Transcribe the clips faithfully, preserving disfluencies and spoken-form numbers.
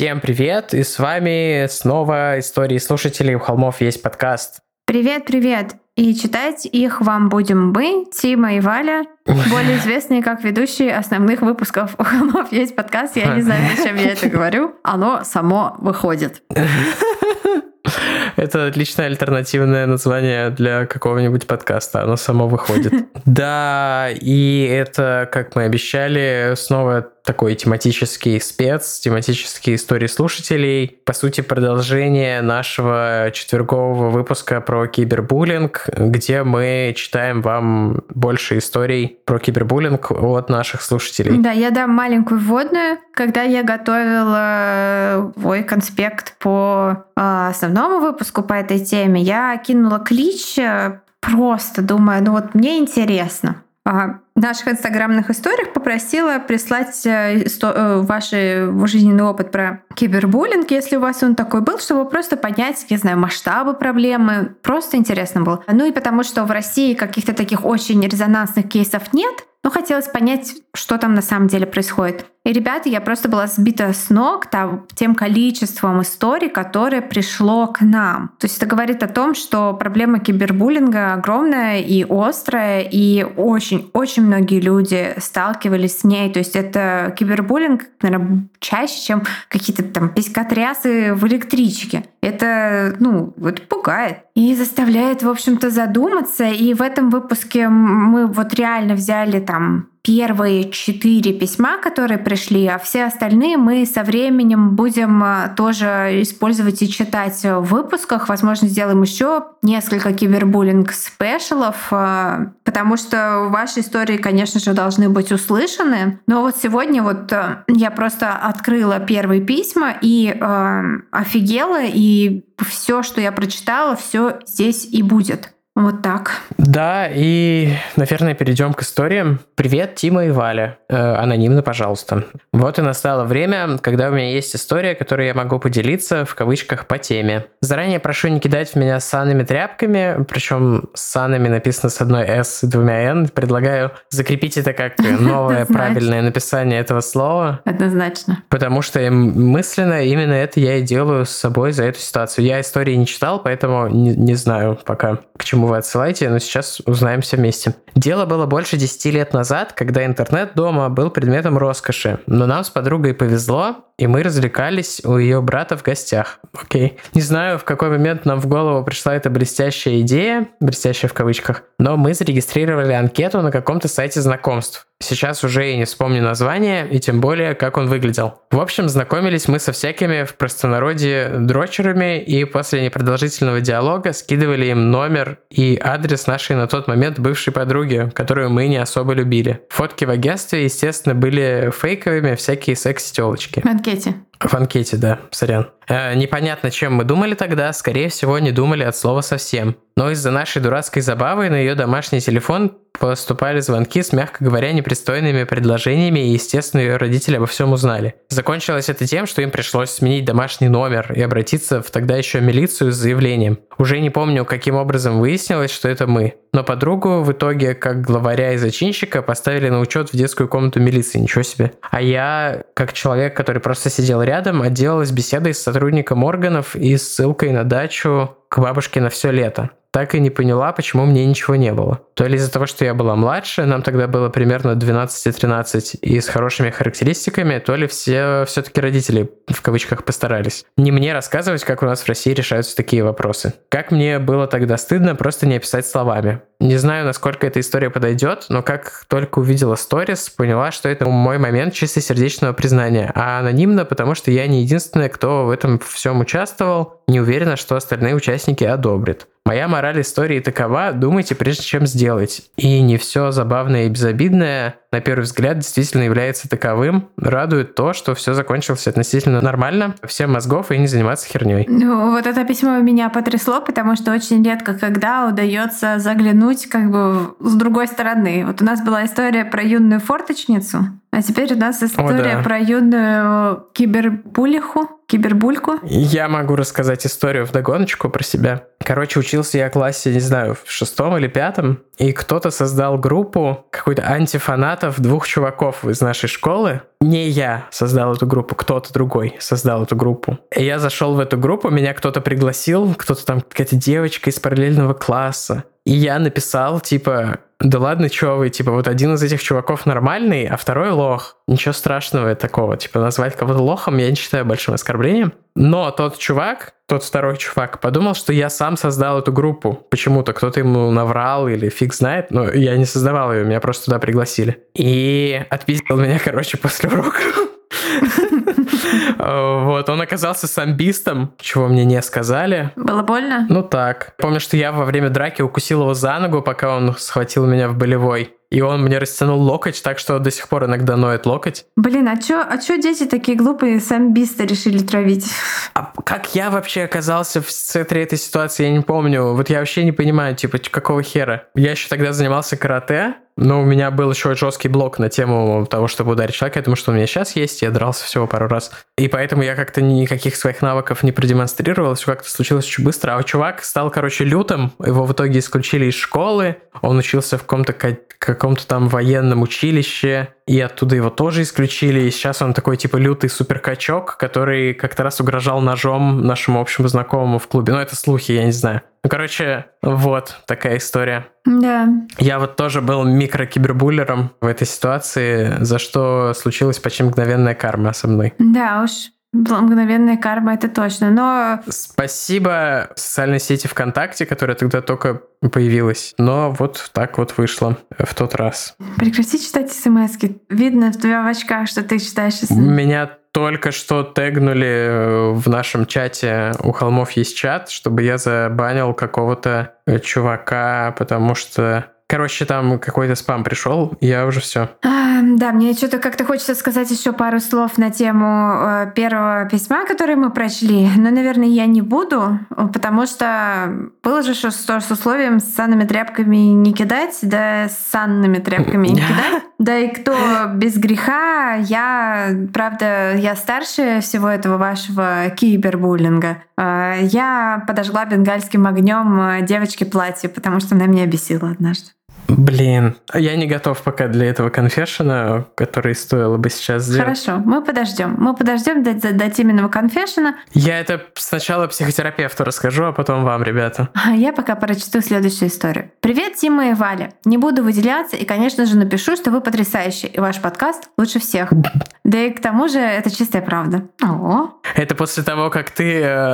Всем привет, и с вами снова истории слушателей «У холмов есть подкаст». Привет-привет! И читать их вам будем мы, Тима и Валя, более известные как ведущие основных выпусков «У холмов есть подкаст». Я не знаю, зачем я это говорю. Оно само выходит. Это отличное альтернативное название для какого-нибудь подкаста. Оно само выходит. Да, и это, как мы обещали, снова такой тематический спец, тематические истории слушателей. По сути, продолжение нашего четвергового выпуска про кибербуллинг, где мы читаем вам больше историй про кибербуллинг от наших слушателей. Да, я дам маленькую вводную. Когда я готовила свой конспект по основному выпуску по этой теме, я кинула клич, просто думая, ну вот мне интересно. В наших инстаграмных историях попросила прислать ваш жизненный опыт про кибербуллинг, если у вас он такой был, чтобы просто понять, я знаю, масштабы проблемы. Просто интересно было. Ну и потому что в России каких-то таких очень резонансных кейсов нет, но хотелось понять, что там на самом деле происходит. И, ребята, я просто была сбита с ног там, тем количеством историй, которое пришло к нам. То есть это говорит о том, что проблема кибербуллинга огромная и острая, и очень-очень многие люди сталкивались с ней. То есть это кибербуллинг, наверное, чаще, чем какие-то там писькотрясы в электричке. Это, ну, это пугает и заставляет, в общем-то, задуматься. И в этом выпуске мы вот реально взяли там первые четыре письма, которые пришли, а все остальные мы со временем будем тоже использовать и читать в выпусках. Возможно, сделаем еще несколько кибербуллинг-спешалов, потому что ваши истории, конечно же, должны быть услышаны. Но вот сегодня вот я просто открыла первые письма и э, офигела, и все, что я прочитала, все здесь и будет. Вот так. Да, и, наверное, перейдем к историям. Привет, Тима и Валя. Э, анонимно, пожалуйста. Вот и настало время, когда у меня есть история, которой я могу поделиться, в кавычках, по теме. Заранее прошу не кидать в меня ссаными тряпками, причем ссаными написано с одной «с» и двумя «н». Предлагаю закрепить это как новое правильное написание этого слова. Однозначно. Потому что мысленно именно это я и делаю с собой за эту ситуацию. Я истории не читал, поэтому не, не знаю пока, к чему вы отсылаете, но сейчас узнаем все вместе. Дело было больше десяти лет назад, когда интернет дома был предметом роскоши, но нам с подругой повезло, и мы развлекались у ее брата в гостях. Окей. Не знаю, в какой момент нам в голову пришла эта блестящая идея, блестящая в кавычках, но мы зарегистрировали анкету на каком-то сайте знакомств. Сейчас уже и не вспомню название, и тем более, как он выглядел. В общем, знакомились мы со всякими в простонародье дрочерами, и после непродолжительного диалога скидывали им номер и адрес нашей на тот момент бывшей подруги, которую мы не особо любили. Фотки в агентстве, естественно, были фейковыми, всякие секси-телочки. В анкете. В анкете, да, сорян. Э, непонятно, чем мы думали тогда, скорее всего, не думали от слова совсем. Но из-за нашей дурацкой забавы на ее домашний телефон поступали звонки с, мягко говоря, непристойными предложениями, и, естественно, ее родители обо всем узнали. Закончилось это тем, что им пришлось сменить домашний номер и обратиться в тогда еще милицию с заявлением. Уже не помню, каким образом выяснилось, что это мы. Но подругу в итоге, как главаря и зачинщика, поставили на учет в детскую комнату милиции, ничего себе. А я, как человек, который просто сидел рядом, отделалась беседой с сотрудником органов и ссылкой на дачу к бабушке на все лето. Так и не поняла, почему мне ничего не было. То ли из-за того, что я была младше, нам тогда было примерно двенадцать-тринадцать и с хорошими характеристиками, то ли все все-таки родители в кавычках постарались. Не мне рассказывать, как у нас в России решаются такие вопросы. Как мне было тогда стыдно просто не описать словами. Не знаю, насколько эта история подойдет, но как только увидела сторис, поняла, что это мой момент чистосердечного признания. А анонимно, потому что я не единственная, кто в этом всем участвовал. Не уверена, что остальные участники одобрят. Моя мораль истории такова: думайте, прежде чем сделать. И не все забавное и безобидное, на первый взгляд, действительно является таковым. Радует то, что все закончилось относительно нормально, всем мозгов и не заниматься херней. Ну, вот это письмо меня потрясло, потому что очень редко когда удается заглянуть как бы с другой стороны. Вот у нас была история про юную форточницу, а теперь у нас история О, да. про юную кибербулиху. Кибербульку? Я могу рассказать историю вдогоночку про себя. Короче, учитель учился я в классе, не знаю, в шестом или пятом, и кто-то создал группу какой-то антифанатов двух чуваков из нашей школы. Не я создал эту группу, кто-то другой создал эту группу. И я зашел в эту группу, меня кто-то пригласил, кто-то там, какая-то девочка из параллельного класса. И я написал, типа, да ладно, чё вы, типа, вот один из этих чуваков нормальный, а второй лох. Ничего страшного такого, типа, назвать кого-то лохом я не считаю большим оскорблением. Но тот чувак, тот второй чувак, подумал, что я сам создал эту группу. Почему-то кто-то ему наврал или фиг знает, но я не создавал ее, меня просто туда пригласили. И отпиздил меня, короче, после урока. Вот, он оказался самбистом, чего мне не сказали. Было больно? Ну так. Помню, что я во время драки укусил его за ногу, пока он схватил меня в болевой. И он мне растянул локоть, так что до сих пор иногда ноет локоть. Блин, а чё, а чё дети такие глупые самбиста решили травить? А как я вообще оказался в центре этой ситуации, я не помню. Вот я вообще не понимаю, типа, какого хера. Я еще тогда занимался карате, но у меня был еще жесткий блок на тему того, чтобы ударить человека. Я думаю, что у меня сейчас есть, я дрался всего пару раз. И поэтому я как-то никаких своих навыков не продемонстрировал, все как-то случилось очень быстро. А чувак стал, короче, лютым, его в итоге исключили из школы, он учился в каком-то, каком-то там военном училище, и оттуда его тоже исключили, и сейчас он такой, типа, лютый суперкачок, который как-то раз угрожал ножом нашему общему знакомому в клубе. Ну, это слухи, я не знаю. Ну, короче, вот такая история. Да. Я вот тоже был микрокибербуллером в этой ситуации, за что случилась почти мгновенная карма со мной. Да уж. Мгновенная карма, это точно, но... Спасибо социальной сети ВКонтакте, которая тогда только появилась. Но вот так вот вышло в тот раз. Прекрати читать смс-ки. Видно в тебя в очках, что ты читаешь смс. Меня только что тегнули в нашем чате, у холмов есть чат, чтобы я забанил какого-то чувака, потому что... Короче, там какой-то спам пришел, и я уже все. А, да, мне что-то как-то хочется сказать еще пару слов на тему э, первого письма, которое мы прочли. Но, наверное, я не буду, потому что было же что, что с условием с санными тряпками не кидать, да с санными тряпками не кидать. Да и кто без греха, я, правда, я старше всего этого вашего кибербуллинга. Э, я подожгла бенгальским огнем девочке платье, потому что она меня бесила однажды. Блин, я не готов пока для этого конфешена, который стоило бы сейчас сделать. Хорошо, мы подождем. Мы подождем до, до, до Тиминого конфешена. Я это сначала психотерапевту расскажу, а потом вам, ребята. А я пока прочту следующую историю. Привет, Тима и Валя. Не буду выделяться и, конечно же, напишу, что вы потрясающие, и ваш подкаст лучше всех. Да и к тому же это чистая правда. О. Это после того, как ты э,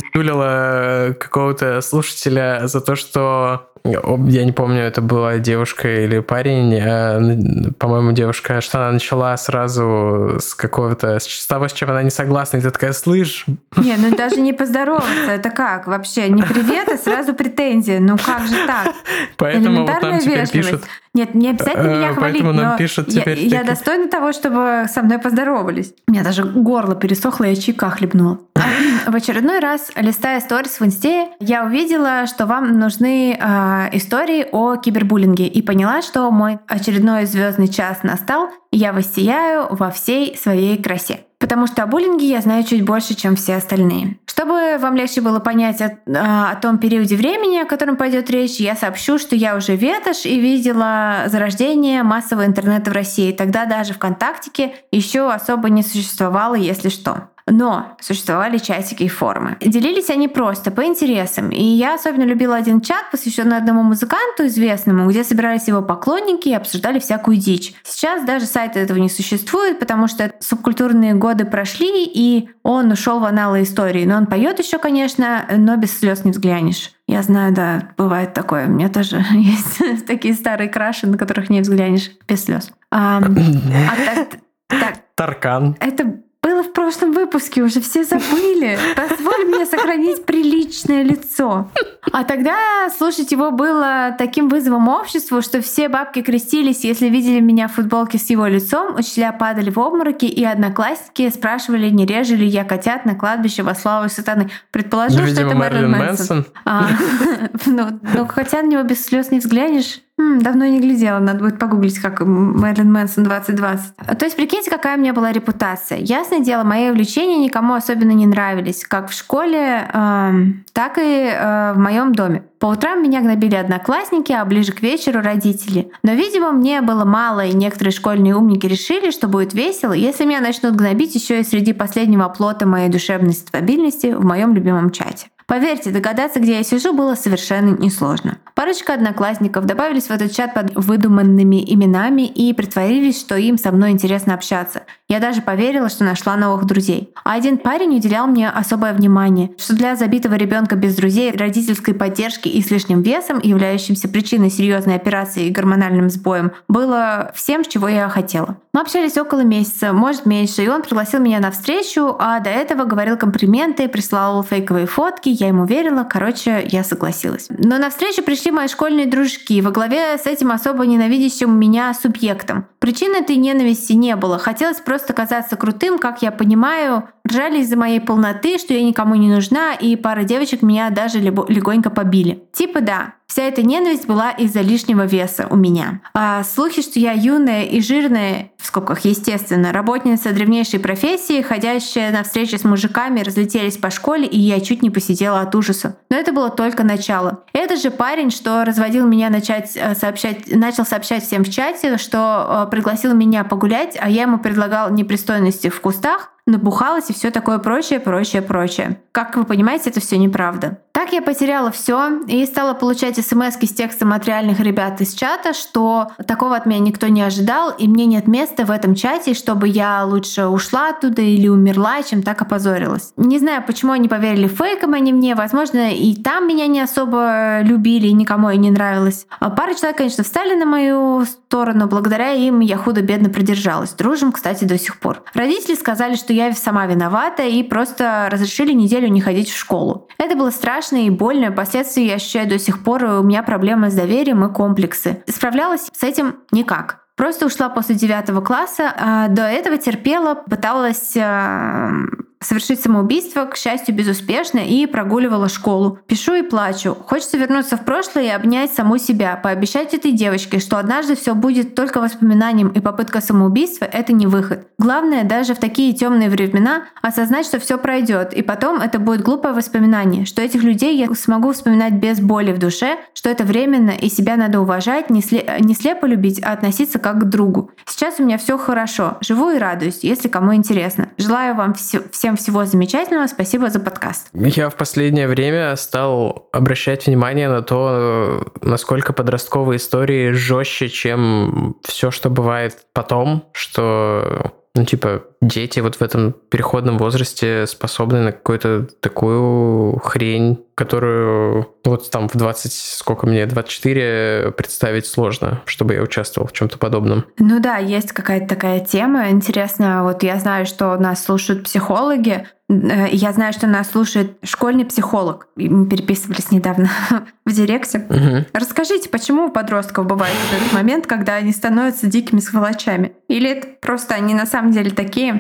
опиздюлила какого-то слушателя за то, что... Я не помню, это была девушка или парень, э, по-моему, девушка, что она начала сразу с какого-то, с того, с чем она не согласна, и ты такая, слышь? Не, ну даже не поздороваться, это как? Вообще не привет, а сразу претензии, ну как же так? Поэтому вот нам теперь вежливость. пишут... Нет, не обязательно меня хвалить, Поэтому нам но пишут я, теперь я такие... достойна того, чтобы со мной поздоровались. У меня даже горло пересохло, я чайка хлебнула. В очередной раз, листая сторис в инсте, я увидела, что вам нужны э, истории о кибербуллинге, и поняла, что мой очередной звездный час настал, и я воссияю во всей своей красе. Потому что о буллинге я знаю чуть больше, чем все остальные. Чтобы вам легче было понять о, о том периоде времени, о котором пойдет речь, я сообщу, что я уже ветошь и видела зарождение массового интернета в России. Тогда даже ВКонтактике еще особо не существовало, если что. Но существовали чатики и форумы. Делились они просто, по интересам. И я особенно любила один чат, посвященный одному музыканту известному, где собирались его поклонники и обсуждали всякую дичь. Сейчас даже сайта этого не существует, потому что субкультурные годы прошли, и он ушел в аналы истории. Но он поет еще, конечно, но без слез не взглянешь. Я знаю, да, бывает такое. У меня тоже есть такие старые краши, на которых не взглянешь без слез. А, а так, так, Таркан. Это было в прошлом выпуске, уже все забыли. Позволь мне сохранить приличное лицо. А тогда слушать его было таким вызовом обществу, что все бабки крестились, если видели меня в футболке с его лицом, учителя падали в обмороки, и одноклассники спрашивали, не режу ли я котят на кладбище во славу сатаны. Предположу, Ну, что видимо, это Мэрилин Мэрилин Мэнсон. Мэнсон. А, ну, ну, хотя на него без слез не взглянешь. М, давно не глядела, надо будет погуглить, как Мэрилин Мэнсон двадцать двадцать. То есть, прикиньте, какая у меня была репутация. Ясное дело, мои увлечения никому особенно не нравились, как в школе, э, так и э, в моем доме. По утрам меня гнобили одноклассники, а ближе к вечеру родители. Но, видимо, мне было мало, и некоторые школьные умники решили, что будет весело, если меня начнут гнобить еще и среди последнего оплота моей душевной стабильности в моем любимом чате. Поверьте, догадаться, где я сижу, было совершенно несложно. Парочка одноклассников добавились в этот чат под выдуманными именами и притворились, что им со мной интересно общаться. Я даже поверила, что нашла новых друзей. А один парень уделял мне особое внимание, что для забитого ребенка без друзей, родительской поддержки и с лишним весом, являющимся причиной серьезной операции и гормональным сбоем, было всем, чего я хотела. Мы общались около месяца, может меньше, и он пригласил меня на встречу, а до этого говорил комплименты, прислал фейковые фотки, я ему верила, короче, я согласилась. Но на встречу пришли мои школьные дружки во главе с этим особо ненавидящим меня субъектом. Причин этой ненависти не было, хотелось просто казаться крутым, как я понимаю, ржали из-за моей полноты, что я никому не нужна, и пара девочек меня даже легонько побили. Типа да, вся эта ненависть была из-за лишнего веса у меня. А слухи, что я юная и жирная, в скобках естественно, работница древнейшей профессии, ходящая на встречи с мужиками, разлетелись по школе, и я чуть не посидела от ужаса. Но это было только начало. Этот же парень, что разводил меня начать сообщать, начал сообщать всем в чате, что пригласил меня погулять, а я ему предлагал непристойности в кустах, набухалась и все такое прочее, прочее, прочее. Как вы понимаете, это все неправда. Так я потеряла все и стала получать смски с текстом от реальных ребят из чата, что такого от меня никто не ожидал, и мне нет места в этом чате, чтобы я лучше ушла оттуда или умерла, чем так опозорилась. Не знаю, почему они поверили фейкам, они мне, возможно, и там меня не особо любили, и никому и не нравилось. Пара человек, конечно, встали на мою сторону, благодаря им я худо-бедно продержалась. Дружим, кстати, до сих пор. Родители сказали, что я сама виновата, и просто разрешили неделю не ходить в школу. Это было страшно и больно, последствия я ощущаю до сих пор, и у меня проблемы с доверием и комплексы. Справлялась с этим никак. Просто ушла после девятого класса, а до этого терпела, пыталась э, совершить самоубийство, к счастью, безуспешно, и прогуливала школу. Пишу и плачу. Хочется вернуться в прошлое и обнять саму себя, пообещать этой девочке, что однажды все будет только воспоминанием, и попытка самоубийства — это не выход. Главное, даже в такие темные времена, осознать, что все пройдет, и потом это будет глупое воспоминание, что этих людей я смогу вспоминать без боли в душе, что это временно, и себя надо уважать, не, сле- не слепо любить, а относиться как к другу. Сейчас у меня все хорошо, живу и радуюсь, если кому интересно. Желаю вам вс- всем всего замечательного, спасибо за подкаст. Я в последнее время стал обращать внимание на то, насколько подростковые истории жестче, чем все, что бывает потом, что, ну, типа, дети вот в этом переходном возрасте способны на какую-то такую хрень, которую вот там в двадцать, сколько мне, двадцать четыре представить сложно, чтобы я участвовал в чем-то подобном. Ну да, есть какая-то такая тема. Интересно, вот я знаю, что нас слушают психологи, я знаю, что нас слушает школьный психолог. Мы переписывались недавно в директе. Угу. Расскажите, почему у подростков бывает этот момент, когда они становятся дикими сволочами? Или это просто они на самом деле такие?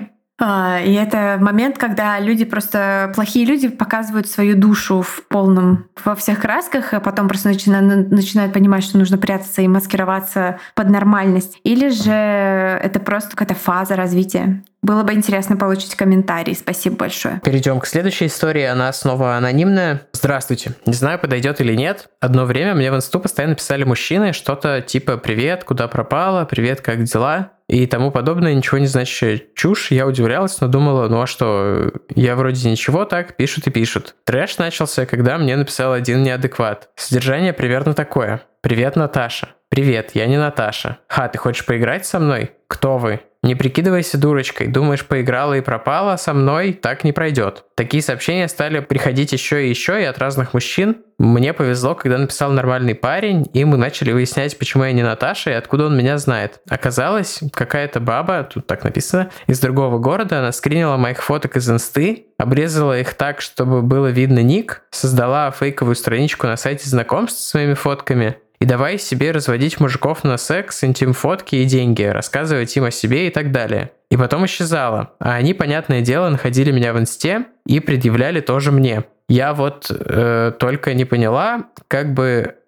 И это момент, когда люди просто, плохие люди показывают свою душу в полном, во всех красках, а потом просто начинают, начинают понимать, что нужно прятаться и маскироваться под нормальность. Или же это просто какая-то фаза развития. Было бы интересно получить комментарий. Спасибо большое. Перейдем к следующей истории. Она снова анонимная. Здравствуйте. Не знаю, подойдет или нет. Одно время мне в инсту постоянно писали мужчины что-то типа «Привет, куда пропала? Привет, как дела?» и тому подобное, ничего не значащая чушь. Я удивлялась, но думала, ну а что, я вроде ничего, так, пишут и пишут. Трэш начался, когда мне написал один неадекват. Содержание примерно такое. «Привет, Наташа». «Привет, я не Наташа». «Ха, ты хочешь поиграть со мной?» «Кто вы?» «Не прикидывайся дурочкой. Думаешь, поиграла и пропала со мной? Так не пройдет». Такие сообщения стали приходить еще и еще, и от разных мужчин. Мне повезло, когда написал нормальный парень, и мы начали выяснять, почему я не Наташа и откуда он меня знает. Оказалось, какая-то баба, тут так написано, из другого города, она скринила моих фоток из инсты, обрезала их так, чтобы было видно ник, создала фейковую страничку на сайте знакомств с моими фотками, и давай себе разводить мужиков на секс, интим-фотки и деньги, рассказывать им о себе и так далее. И потом исчезала. А они, понятное дело, находили меня в инсте и предъявляли тоже мне. Я вот э, только не поняла, как бы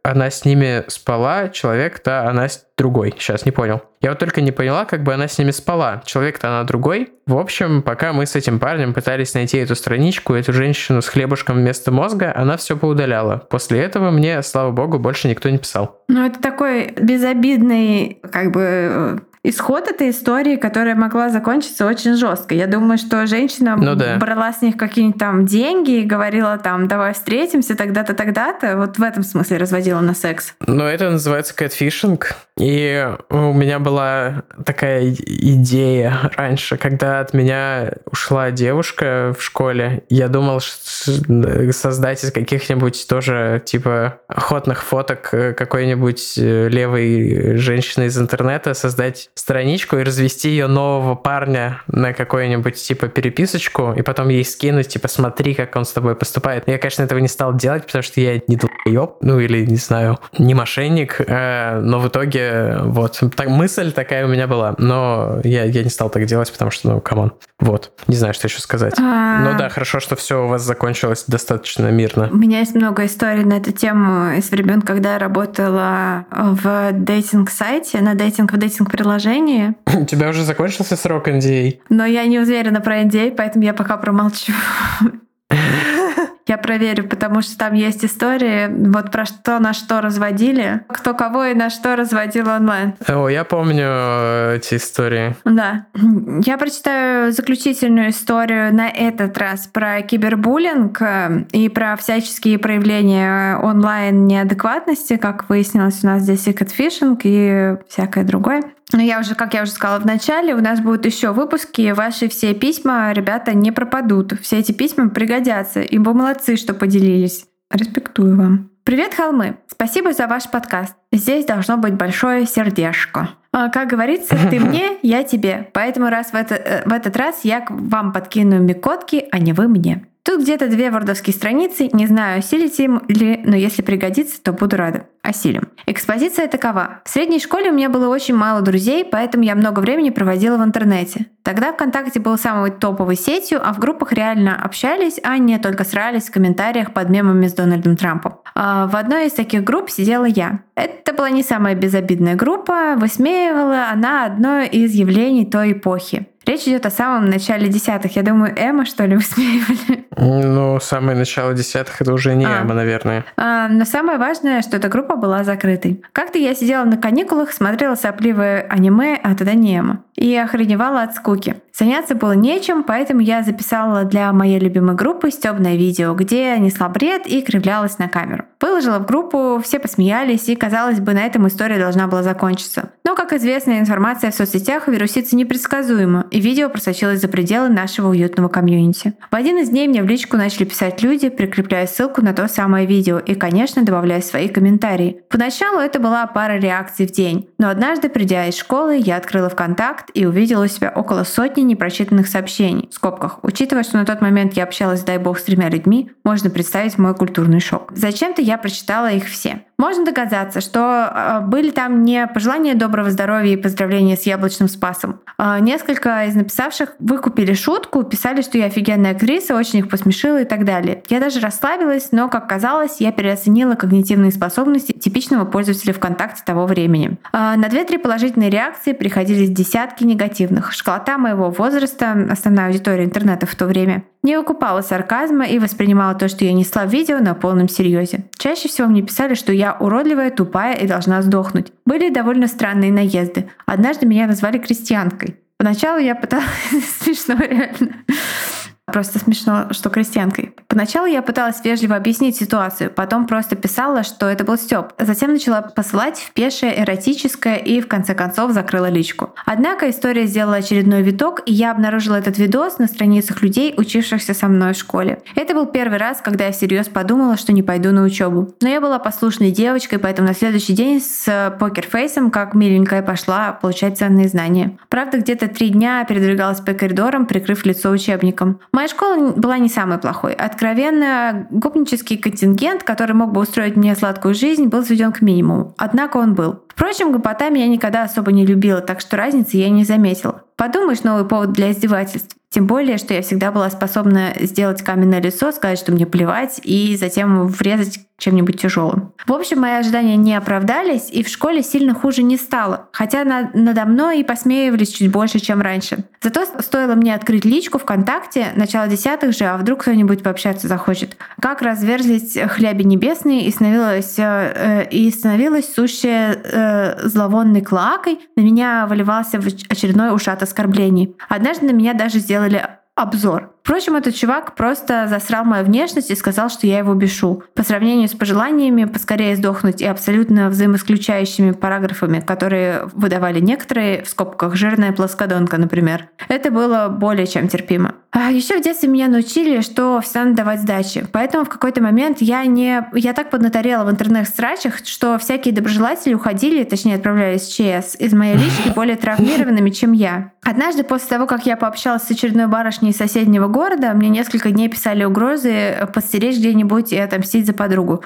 она с ними спала, человек-то она с другой. Сейчас не понял. Я вот только не поняла, как бы она с ними спала. Человек-то она другой. В общем, пока мы с этим парнем пытались найти эту страничку, эту женщину с хлебушком вместо мозга, она все поудаляла. После этого мне, слава богу, больше никто не писал. Ну, это такой безобидный, как бы, исход этой истории, которая могла закончиться очень жестко. Я думаю, что женщина ну, да. брала с них какие-нибудь там деньги и говорила там, давай встретимся тогда-то, тогда-то. Вот в этом смысле разводила на секс. Ну, это называется кэтфишинг. И у меня была такая идея раньше, когда от меня ушла девушка в школе. Я думал создать из каких-нибудь тоже типа охотных фоток какой-нибудь левой женщины из интернета, создать страничку и развести ее нового парня на какую-нибудь типа переписочку, и потом ей скинуть, типа, смотри, как он с тобой поступает. Я, конечно, этого не стал делать, потому что я не долбоёб, ну или, не знаю, не мошенник, э, но в итоге вот, так, мысль такая у меня была, но я, я не стал так делать, потому что, ну, камон. Вот, не знаю, что еще сказать. А... Ну да, хорошо, что все у вас закончилось достаточно мирно. У меня есть много историй на эту тему из времен, когда я работала в дейтинг-сайте, на дейтинг, в дейтинг-приложении. У тебя уже закончился срок эн ди эй? Но я не уверена про эн ди эй, поэтому я пока промолчу. Я проверю, потому что там есть истории, вот про что на что разводили, кто кого и на что разводил онлайн. О, я помню эти истории. Да. Я прочитаю заключительную историю на этот раз про кибербуллинг и про всяческие проявления онлайн-неадекватности, как выяснилось, у нас здесь и кэтфишинг, и всякое другое. Но я уже, как я уже сказала в начале, у нас будут еще выпуски. Ваши все письма, ребята, не пропадут. Все эти письма пригодятся. И вы молодцы, что поделились. Респектую вам. Привет, холмы! Спасибо за ваш подкаст. Здесь должно быть большое сердечко. А, как говорится, ты мне, я тебе. Поэтому раз в, это, в этот раз я к вам подкину микотки, а не вы мне. Тут где-то две вордовские страницы, не знаю, осилите ли, но если пригодится, то буду рада. Осилим. Экспозиция такова. В средней школе у меня было очень мало друзей, поэтому я много времени проводила в интернете. Тогда ВКонтакте был самой топовой сетью, а в группах реально общались, а не только срались в комментариях под мемами с Дональдом Трампом. А в одной из таких групп сидела я. Это была не самая безобидная группа, высмеивала она одно из явлений той эпохи. Речь идет о самом начале десятых. Я думаю, Эма, что ли, высмеивали? Ну, самое начало десятых — это уже не а. Эма, наверное. А, но самое важное, что эта группа была закрытой. Как-то я сидела на каникулах, смотрела сопливое аниме, а тогда не Эма, и охреневала от скуки. Заняться было нечем, поэтому я записала для моей любимой группы стёбное видео, где несла бред и кривлялась на камеру. Выложила в группу, все посмеялись, и, казалось бы, на этом история должна была закончиться. Но, как известно, информация в соцсетях вирусится непредсказуемо, и видео просочилось за пределы нашего уютного комьюнити. В один из дней мне в личку начали писать люди, прикрепляя ссылку на то самое видео и, конечно, добавляя свои комментарии. Поначалу это была пара реакций в день, но однажды, придя из школы, я открыла ВКонтакт и увидела у себя около сотни непрочитанных сообщений. В скобках. Учитывая, что на тот момент я общалась, дай бог, с тремя людьми, можно представить мой культурный шок. Зачем-то я прочитала их все. Можно догадаться, что были там не пожелания доброго здоровья и поздравления с яблочным спасом. Несколько из написавших выкупили шутку, писали, что я офигенная актриса, очень их посмешила и так далее. Я даже расслабилась, но, как казалось, я переоценила когнитивные способности типичного пользователя ВКонтакте того времени. На две-три положительные реакции приходились десятки негативных. Школота моего возраста, основная аудитория интернета в то время, не выкупала сарказма и воспринимала то, что я несла в видео, на полном серьезе. Чаще всего мне писали, что я уродливая, тупая и должна сдохнуть. Были довольно странные наезды. Однажды меня назвали крестьянкой. Поначалу я пыталась... Смешно, реально. Просто смешно, что крестьянкой. Поначалу я пыталась вежливо объяснить ситуацию, потом просто писала, что это был стёб. Затем начала посылать в пешее, эротическое и, в конце концов, закрыла личку. Однако история сделала очередной виток, и я обнаружила этот видос на страницах людей, учившихся со мной в школе. Это был первый раз, когда я всерьез подумала, что не пойду на учебу. Но я была послушной девочкой, поэтому на следующий день с покерфейсом, как миленькая, пошла получать ценные знания. Правда, где-то три дня передвигалась по коридорам, прикрыв лицо учебником. Моя школа была не самой плохой. Откровенно, гопнический контингент, который мог бы устроить мне сладкую жизнь, был сведен к минимуму. Однако он был. Впрочем, гопота меня никогда особо не любила, так что разницы я не заметила. Подумаешь, новый повод для издевательств. Тем более, что я всегда была способна сделать каменное лицо, сказать, что мне плевать, и затем врезать чем-нибудь тяжелым. В общем, мои ожидания не оправдались, и в школе сильно хуже не стало, хотя на- надо мной и посмеивались чуть больше, чем раньше. Зато стоило мне открыть личку ВКонтакте, начало десятых же, а вдруг кто-нибудь пообщаться захочет. Как разверзлись хляби небесные, и становилась, э, и становилась сущая э, зловонной клоакой, на меня выливался очередной ушат оскорблений. Однажды на меня даже сделали обзор. Впрочем, этот чувак просто засрал мою внешность и сказал, что я его бешу. По сравнению с пожеланиями поскорее сдохнуть и абсолютно взаимоисключающими параграфами, которые выдавали некоторые, в скобках «жирная плоскодонка», например, это было более чем терпимо. А еще в детстве меня научили, что всегда надо давать сдачи. Поэтому в какой-то момент я не... Я так поднаторела в интернет-срачах, что всякие доброжелатели уходили, точнее отправлялись в ЧС, из моей лички более травмированными, чем я. Однажды после того, как я пообщалась с очередной барышней из соседнего города, мне несколько дней писали угрозы подстеречь где-нибудь и отомстить за подругу.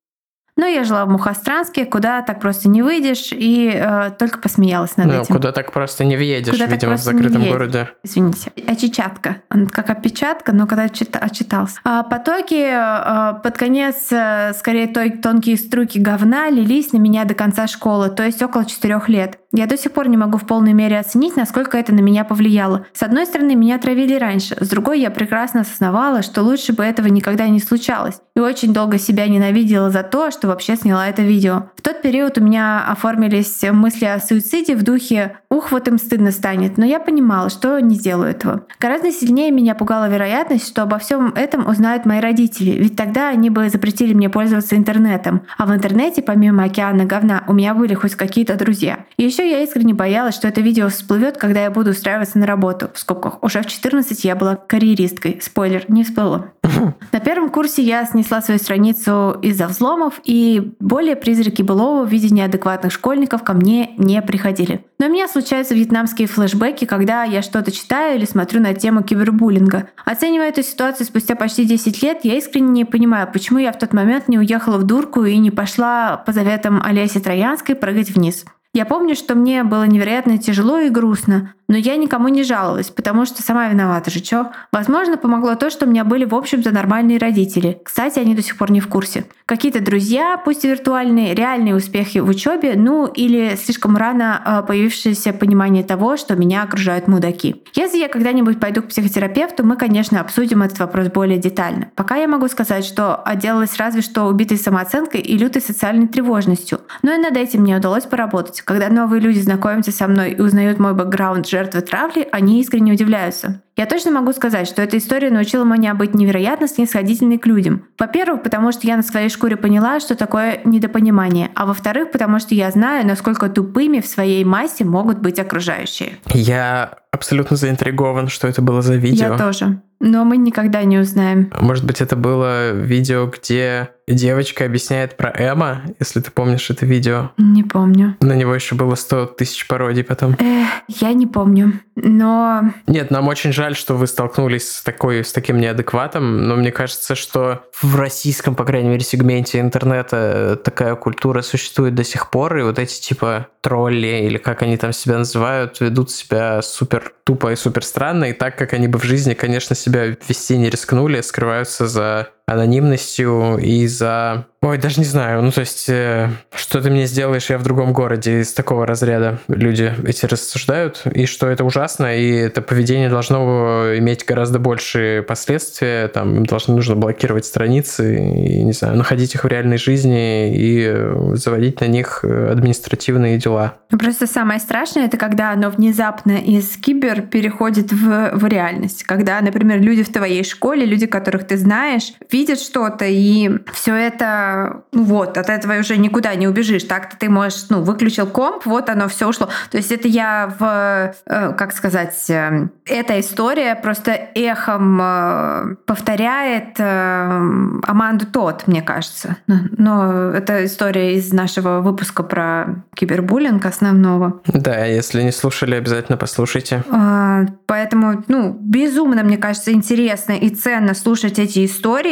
Но я жила в Мухостранске, куда так просто не выйдешь, и э, только посмеялась над ну, этим. Куда так просто не въедешь, Куда видимо, в закрытом городе. Извините. Очечатка. Как опечатка, но когда отчитался. А потоки э, под конец, э, скорее, той тонкие струйки говна лились на меня до конца школы, то есть около четырех лет. Я до сих пор не могу в полной мере оценить, насколько это на меня повлияло. С одной стороны, меня травили раньше, с другой, я прекрасно осознавала, что лучше бы этого никогда не случалось. И очень долго себя ненавидела за то, что вообще сняла это видео. В тот период у меня оформились мысли о суициде в духе «ух, вот им стыдно станет», но я понимала, что не сделаю этого. Гораздо сильнее меня пугала вероятность, что обо всем этом узнают мои родители, ведь тогда они бы запретили мне пользоваться интернетом. А в интернете, помимо океана говна, у меня были хоть какие-то друзья. И еще я искренне боялась, что это видео всплывет, когда я буду устраиваться на работу. В скобках. Уже в четырнадцать я была карьеристкой. Спойлер, не всплыло. На первом курсе я снесла свою страницу из-за взломов, и более призраки былого в виде неадекватных школьников ко мне не приходили. Но у меня случаются вьетнамские флешбеки, когда я что-то читаю или смотрю на тему кибербуллинга. Оценивая эту ситуацию спустя почти десять лет, я искренне не понимаю, почему я в тот момент не уехала в дурку и не пошла по заветам Олеси Троянской прыгать вниз. Я помню, что мне было невероятно тяжело и грустно, но я никому не жаловалась, потому что сама виновата же, чё? Возможно, помогло то, что у меня были, в общем-то, нормальные родители. Кстати, они до сих пор не в курсе. Какие-то друзья, пусть и виртуальные, реальные успехи в учебе, ну или слишком рано появившееся понимание того, что меня окружают мудаки. Если я когда-нибудь пойду к психотерапевту, мы, конечно, обсудим этот вопрос более детально. Пока я могу сказать, что отделалась разве что убитой самооценкой и лютой социальной тревожностью. Но и над этим мне удалось поработать. Когда новые люди знакомятся со мной и узнают мой бэкграунд жертвы травли, они искренне удивляются. Я точно могу сказать, что эта история научила меня быть невероятно снисходительной к людям. Во-первых, потому что я на своей шкуре поняла, что такое недопонимание, а во-вторых, потому что я знаю, насколько тупыми в своей массе могут быть окружающие. Я абсолютно заинтригован, что это было за видео. Я тоже. Но мы никогда не узнаем. Может быть, это было видео, где девочка объясняет про Эма, если ты помнишь это видео. Не помню. На него еще было сто тысяч пародий потом. Эх, я не помню. Но... Нет, нам очень жаль, что вы столкнулись с, такой, с таким неадекватом, но мне кажется, что в российском, по крайней мере, сегменте интернета такая культура существует до сих пор, и вот эти типа тролли, или как они там себя называют, ведут себя супер тупо и супер странно, и так, как они бы в жизни, конечно, себя вести не рискнули, скрываются за анонимностью и за... Ой, даже не знаю, ну то есть, э, что ты мне сделаешь, я в другом городе, из такого разряда люди эти рассуждают, и что это ужасно, и это поведение должно иметь гораздо большие последствия, там им должно нужно блокировать страницы, и, не знаю, находить их в реальной жизни и заводить на них административные дела. Просто самое страшное, это когда оно внезапно из кибер переходит в, в реальность, когда, например, люди в твоей школе, люди, которых ты знаешь, видят что-то, и все это ну вот, от этого уже никуда не убежишь. Так-то ты можешь, ну, выключил комп, вот оно все ушло. То есть это я в, э, как сказать, э, эта история просто эхом э, повторяет э, Аманду Тодд, мне кажется. Но, но это история из нашего выпуска про кибербуллинг основного. Да, если не слушали, обязательно послушайте. Э, поэтому, ну, безумно, мне кажется, интересно и ценно слушать эти истории,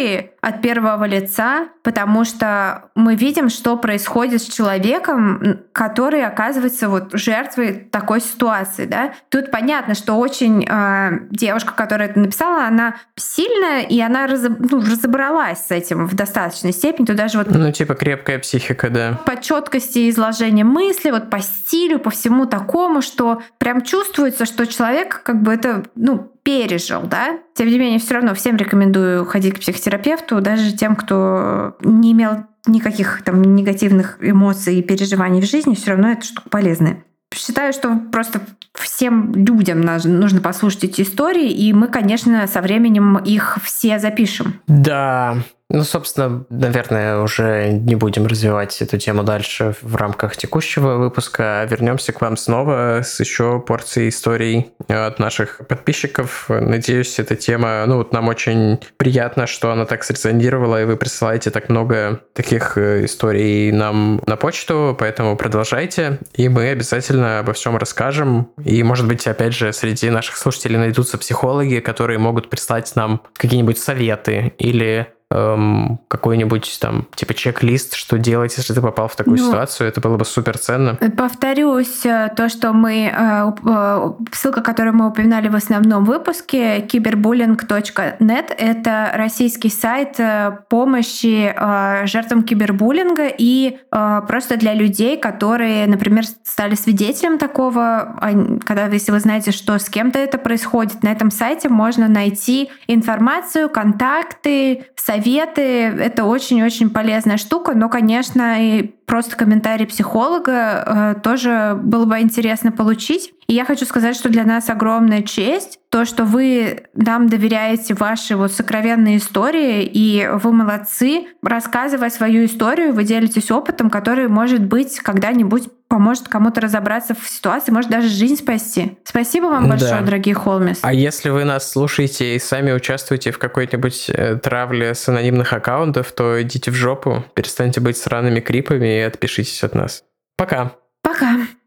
от первого лица, потому что мы видим, что происходит с человеком, который оказывается вот жертвой такой ситуации. Да? Тут понятно, что очень э, девушка, которая это написала, она сильная, и она разоб... ну, разобралась с этим в достаточной степени. Тут даже вот ну, типа крепкая психика, да. По четкости изложения мысли, вот по стилю, по всему такому, что прям чувствуется, что человек как бы это, ну, пережил, да. Тем не менее, все равно всем рекомендую ходить к психотерапевту, даже тем, кто не имел никаких там негативных эмоций и переживаний в жизни, все равно эта штука полезная. Считаю, что просто всем людям нужно послушать эти истории, и мы, конечно, со временем их все запишем. Да. Ну, собственно, наверное, уже не будем развивать эту тему дальше в рамках текущего выпуска, а вернемся к вам снова с еще порцией историй от наших подписчиков. Надеюсь, эта тема, ну, вот нам очень приятно, что она так срезонировала, и вы присылаете так много таких историй нам на почту, поэтому продолжайте, и мы обязательно обо всем расскажем. И, может быть, опять же, среди наших слушателей найдутся психологи, которые могут прислать нам какие-нибудь советы или какой-нибудь там типа чек-лист, что делать, если ты попал в такую ну, ситуацию, это было бы супер ценно. Повторюсь, то, что мы, ссылка, которую мы упоминали в основном выпуске, кибербуллинг точка нет, это российский сайт помощи жертвам кибербуллинга и просто для людей, которые, например, стали свидетелем такого, когда, если вы знаете, что с кем-то это происходит, на этом сайте можно найти информацию, контакты, советы. Это очень-очень полезная штука, но, конечно, и просто комментарий психолога э, тоже было бы интересно получить. И я хочу сказать, что для нас огромная честь то, что вы нам доверяете ваши вот сокровенные истории, и вы молодцы. Рассказывая свою историю, вы делитесь опытом, который, может быть, когда-нибудь поможет кому-то разобраться в ситуации, может даже жизнь спасти. Спасибо вам большое, да. Дорогие Холмис. А если вы нас слушаете и сами участвуете в какой-нибудь э, травле с анонимных аккаунтов, то идите в жопу, перестаньте быть сраными крипами и отпишитесь от нас. Пока. Пока.